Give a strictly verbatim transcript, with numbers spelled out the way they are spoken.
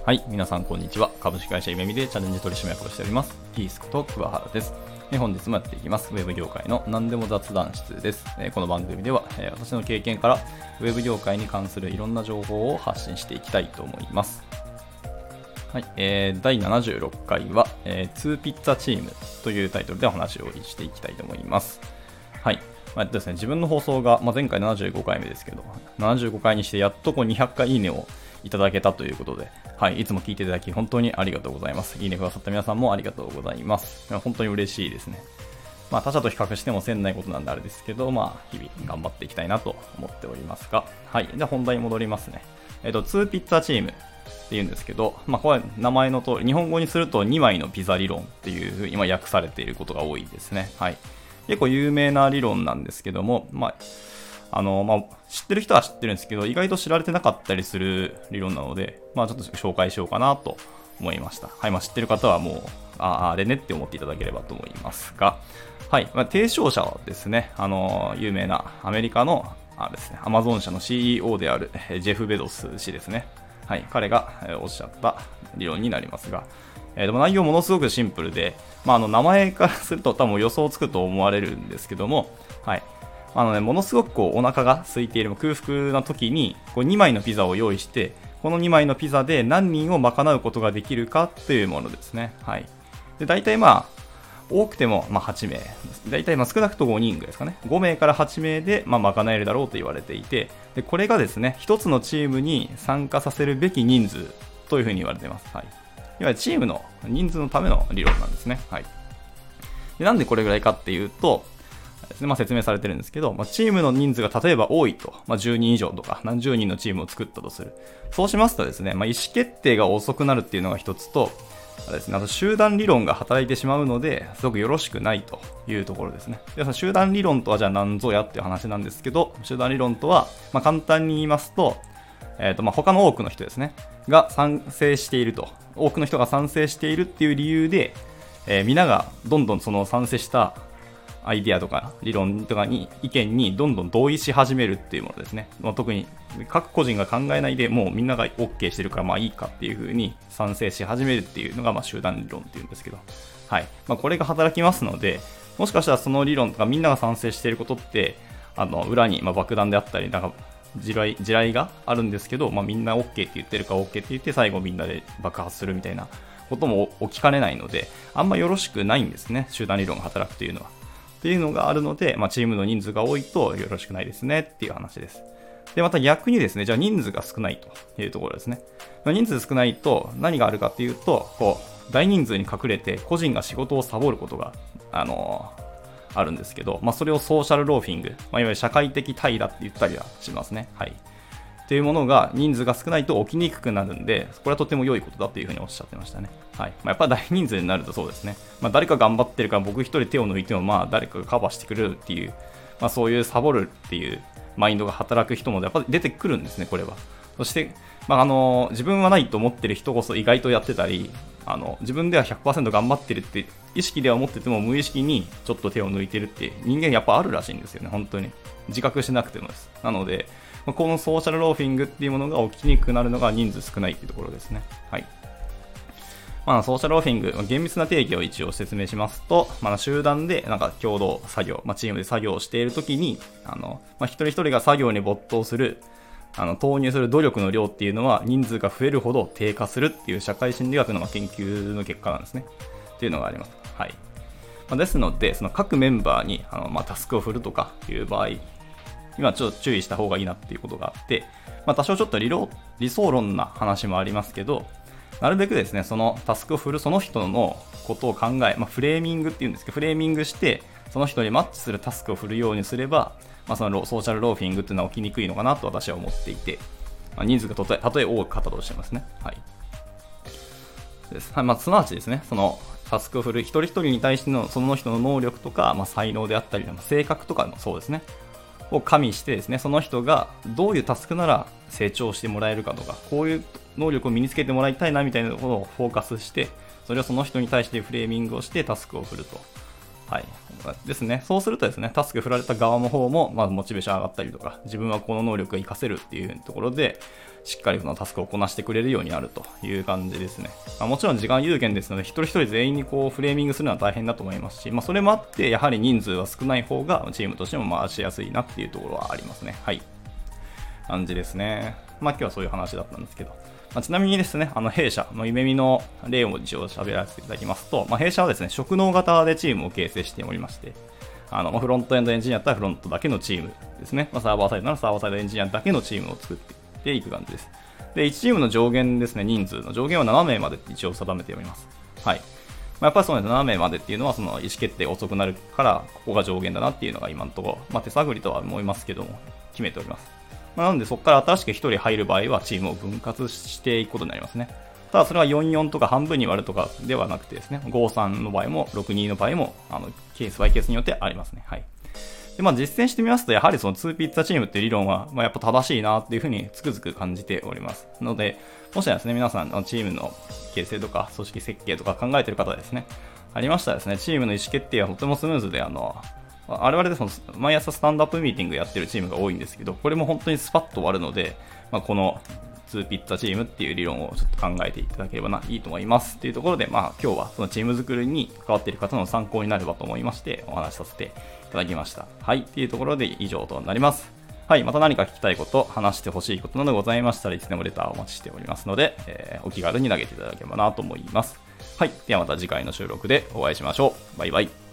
はい、皆さんこんにちは。株式会社ゆめみでチャレンジ取締役をしております、キースこと桑原です。本日もやっていきます。ウェブ業界の何でも雑談室です。この番組では私の経験からウェブ業界に関するいろんな情報を発信していきたいと思います。はい、えー、だいななじゅうろっかいは、えー、ツーピッツァチームというタイトルでお話をしていきたいと思います。はい。まあですね、自分の放送が、まあ、前回ななじゅうごかいめですけど、ななじゅうごかいにしてやっとこうにひゃくかいいいねをいただけたということで、はい、いつも聞いていただき本当にありがとうございます。いいねくださった皆さんもありがとうございます。本当に嬉しいですね。まあ、他社と比較してもせんないことなんであれですけど、まあ、日々頑張っていきたいなと思っておりますが、はい、じゃあ本題に戻りますね。えっと、ツーピッツァチームっていうんですけど、まあ、これ名前の通り、日本語にするとにまいのピザ理論っていうふうに今訳されていることが多いですね。はい。結構有名な理論なんですけども、まあ、あの、まあ、知ってる人は知ってるんですけど、意外と知られてなかったりする理論なので、まあ、ちょっと紹介しようかなと思いました。はい、まあ、知ってる方はもう、ああ、あれねって思っていただければと思いますが、はい、まあ、提唱者はですね、あの、有名なアメリカの、あれですね、アマゾン社の シーイーオー であるジェフ・ベゾス氏ですね。はい、彼がおっしゃった理論になりますが、えー、でも内容ものすごくシンプルで、まあ、あの名前からすると多分予想つくと思われるんですけども、はい、あのね、ものすごくこうお腹が空いている空腹な時にこうにまいのピザを用意して、このにまいのピザで何人を賄うことができるかというものですね。はい、で大体まあ多くてもまあはちめい、大体まあ少なくともごにんぐらいですかね。ごめいからはちめいでまあ賄えるだろうと言われていて、でこれがですね、一つのチームに参加させるべき人数というふうに言われています。はい、いわゆるチームの人数のための理論なんですね。はい、でなんでこれぐらいかっていうと、ですね、まあ、説明されてるんですけど、まあ、チームの人数が例えば多いと、まあ、じゅうにん以上とか何十人のチームを作ったとする。そうしますとですね、まあ、意思決定が遅くなるっていうのが一つと、あれですね、あと集団理論が働いてしまうので、すごくよろしくないというところですね。でその集団理論とはじゃあ何ぞやっていう話なんですけど、集団理論とは、まあ、簡単に言いますと、えーとまあ、他の多くの人ですね、が賛成していると。多くの人が賛成しているっていう理由で、えー、皆がどんどんその賛成したアイディアとか理論とかに意見にどんどん同意し始めるっていうものですね。まあ、特に各個人が考えないでもうみんなが OK してるからまあいいかっていう風に賛成し始めるっていうのがまあ集団理論っていうんですけど、はい、まあ、これが働きますので、もしかしたらその理論とかみんなが賛成していることってあの裏にまあ爆弾であったりなんか地雷、地雷があるんですけど、まあ、みんな OK って言ってるから OK って言って最後みんなで爆発するみたいなことも起きかねないので、あんまよろしくないんですね、集団理論が働くというのは。っていうのがあるので、まあ、チームの人数が多いとよろしくないですねっていう話です。で、また逆にですね、じゃあ人数が少ないというところですね。人数少ないと何があるかっていうと、こう大人数に隠れて個人が仕事をサボることが、あのー、あるんですけど、まあ、それをソーシャルローフィング、まあ、いわゆる社会的怠惰って言ったりはしますね。はい。っていうものが人数が少ないと起きにくくなるんで、これはとても良いことだというふうにおっしゃってましたね。はい。まあ、やっぱり大人数になるとそうですね。まあ、誰か頑張ってるから僕一人手を抜いてもまあ誰かがカバーしてくれるっていう、まあ、そういうサボるっていうマインドが働く人もやっぱり出てくるんですね、これは。そして、まあ、あの自分はないと思ってる人こそ意外とやってたり、あの自分では ひゃくパーセント 頑張ってるって意識では思ってても無意識にちょっと手を抜いてるって人間やっぱあるらしいんですよね、本当に。自覚しなくてもです。なので、このソーシャルローフィングっていうものが起きにくくなるのが人数少ないっていうところですね。はい。まあ、ソーシャルローフィング、厳密な定義を一応説明しますと、まあ、集団でなんか共同作業、まあ、チームで作業をしているときに、あの、まあ、一人一人が作業に没頭する、あの、投入する努力の量っていうのは人数が増えるほど低下するっていう社会心理学の研究の結果なんですね。っていうのがあります。はい。まあ、ですので、その各メンバーにあの、まあ、タスクを振るとかいう場合、今ちょっと注意した方がいいなっていうことがあって、まあ、多少ちょっと理論、理想論な話もありますけど、なるべくですね、そのタスクを振るその人のことを考え、まあ、フレーミングっていうんですけど、フレーミングして、その人にマッチするタスクを振るようにすれば、まあ、そのソーシャルローフィングっていうのは起きにくいのかなと私は思っていて、まあ、人数がたとえ、たとえ多かったとしてますね。はい。です。はい、まあ、すなわちですね、そのタスクを振る一人一人に対してのその人の能力とか、まあ、才能であったり、性格とかもそうですね。を加味してですね、その人がどういうタスクなら成長してもらえるかとか、こういう能力を身につけてもらいたいなみたいなところをフォーカスして、それをその人に対してフレーミングをしてタスクを振るとはい。ですね。そうするとですね、タスク振られた側の方も、まあ、モチベーション上がったりとか、自分はこの能力が活かせるっていうところで、しっかりそのタスクをこなしてくれるようになるという感じですね。まあ、もちろん時間有限ですので、一人一人全員にこうフレーミングするのは大変だと思いますし、まあ、それもあって、やはり人数は少ない方がチームとしても回しやすいなっていうところはありますね。はい。感じですね。まあ、今日はそういう話だったんですけど。まあ、ちなみにですね、あの弊社の夢見の例を一応喋らせていただきますと、まあ、弊社はですね、職能型でチームを形成しておりまして、あのフロントエンドエンジニアだったらフロントだけのチームですね、まあ、サーバーサイドならサーバーサイドエンジニアだけのチームを作っていく感じです。で、いちチームの上限ですね、人数の上限はななめいまで一応定めております。はい。まあ、やっぱりそうですね、ななめいまでっていうのはその意思決定が遅くなるから、ここが上限だなっていうのが今のところ、まあ、手探りとは思いますけども、決めております。まあ、なのでそこから新しくひとり入る場合はチームを分割していくことになりますね。ただそれはよんたいよんとか半分に割るとかではなくてですね、ごたいさんの場合もろくたいにの場合もあのケースバイケースによってありますね。はい。で、まあ実践してみますと、やはりそのツーピッツァチームっていう理論は、まあ、やっぱ正しいなっていうふうにつくづく感じております。ので、もしですね、皆さんのチームの形成とか組織設計とか考えている方ですね、ありましたらですね、チームの意思決定はとてもスムーズで、あの、我々でその毎朝スタンドアップミーティングやってるチームが多いんですけど、これも本当にスパッと終わるので、まあ、このツーピッツァチームっていう理論をちょっと考えていただければないいと思いますっていうところで、まあ今日はそのチーム作りに関わっている方の参考になればと思いましてお話しさせていただきました。はい、っていうところで以上となります。はい、また何か聞きたいこと、話してほしいことなどございましたらいつでもレターをお待ちしておりますので、えー、お気軽に投げていただければなと思います。はい、ではまた次回の収録でお会いしましょう。バイバイ。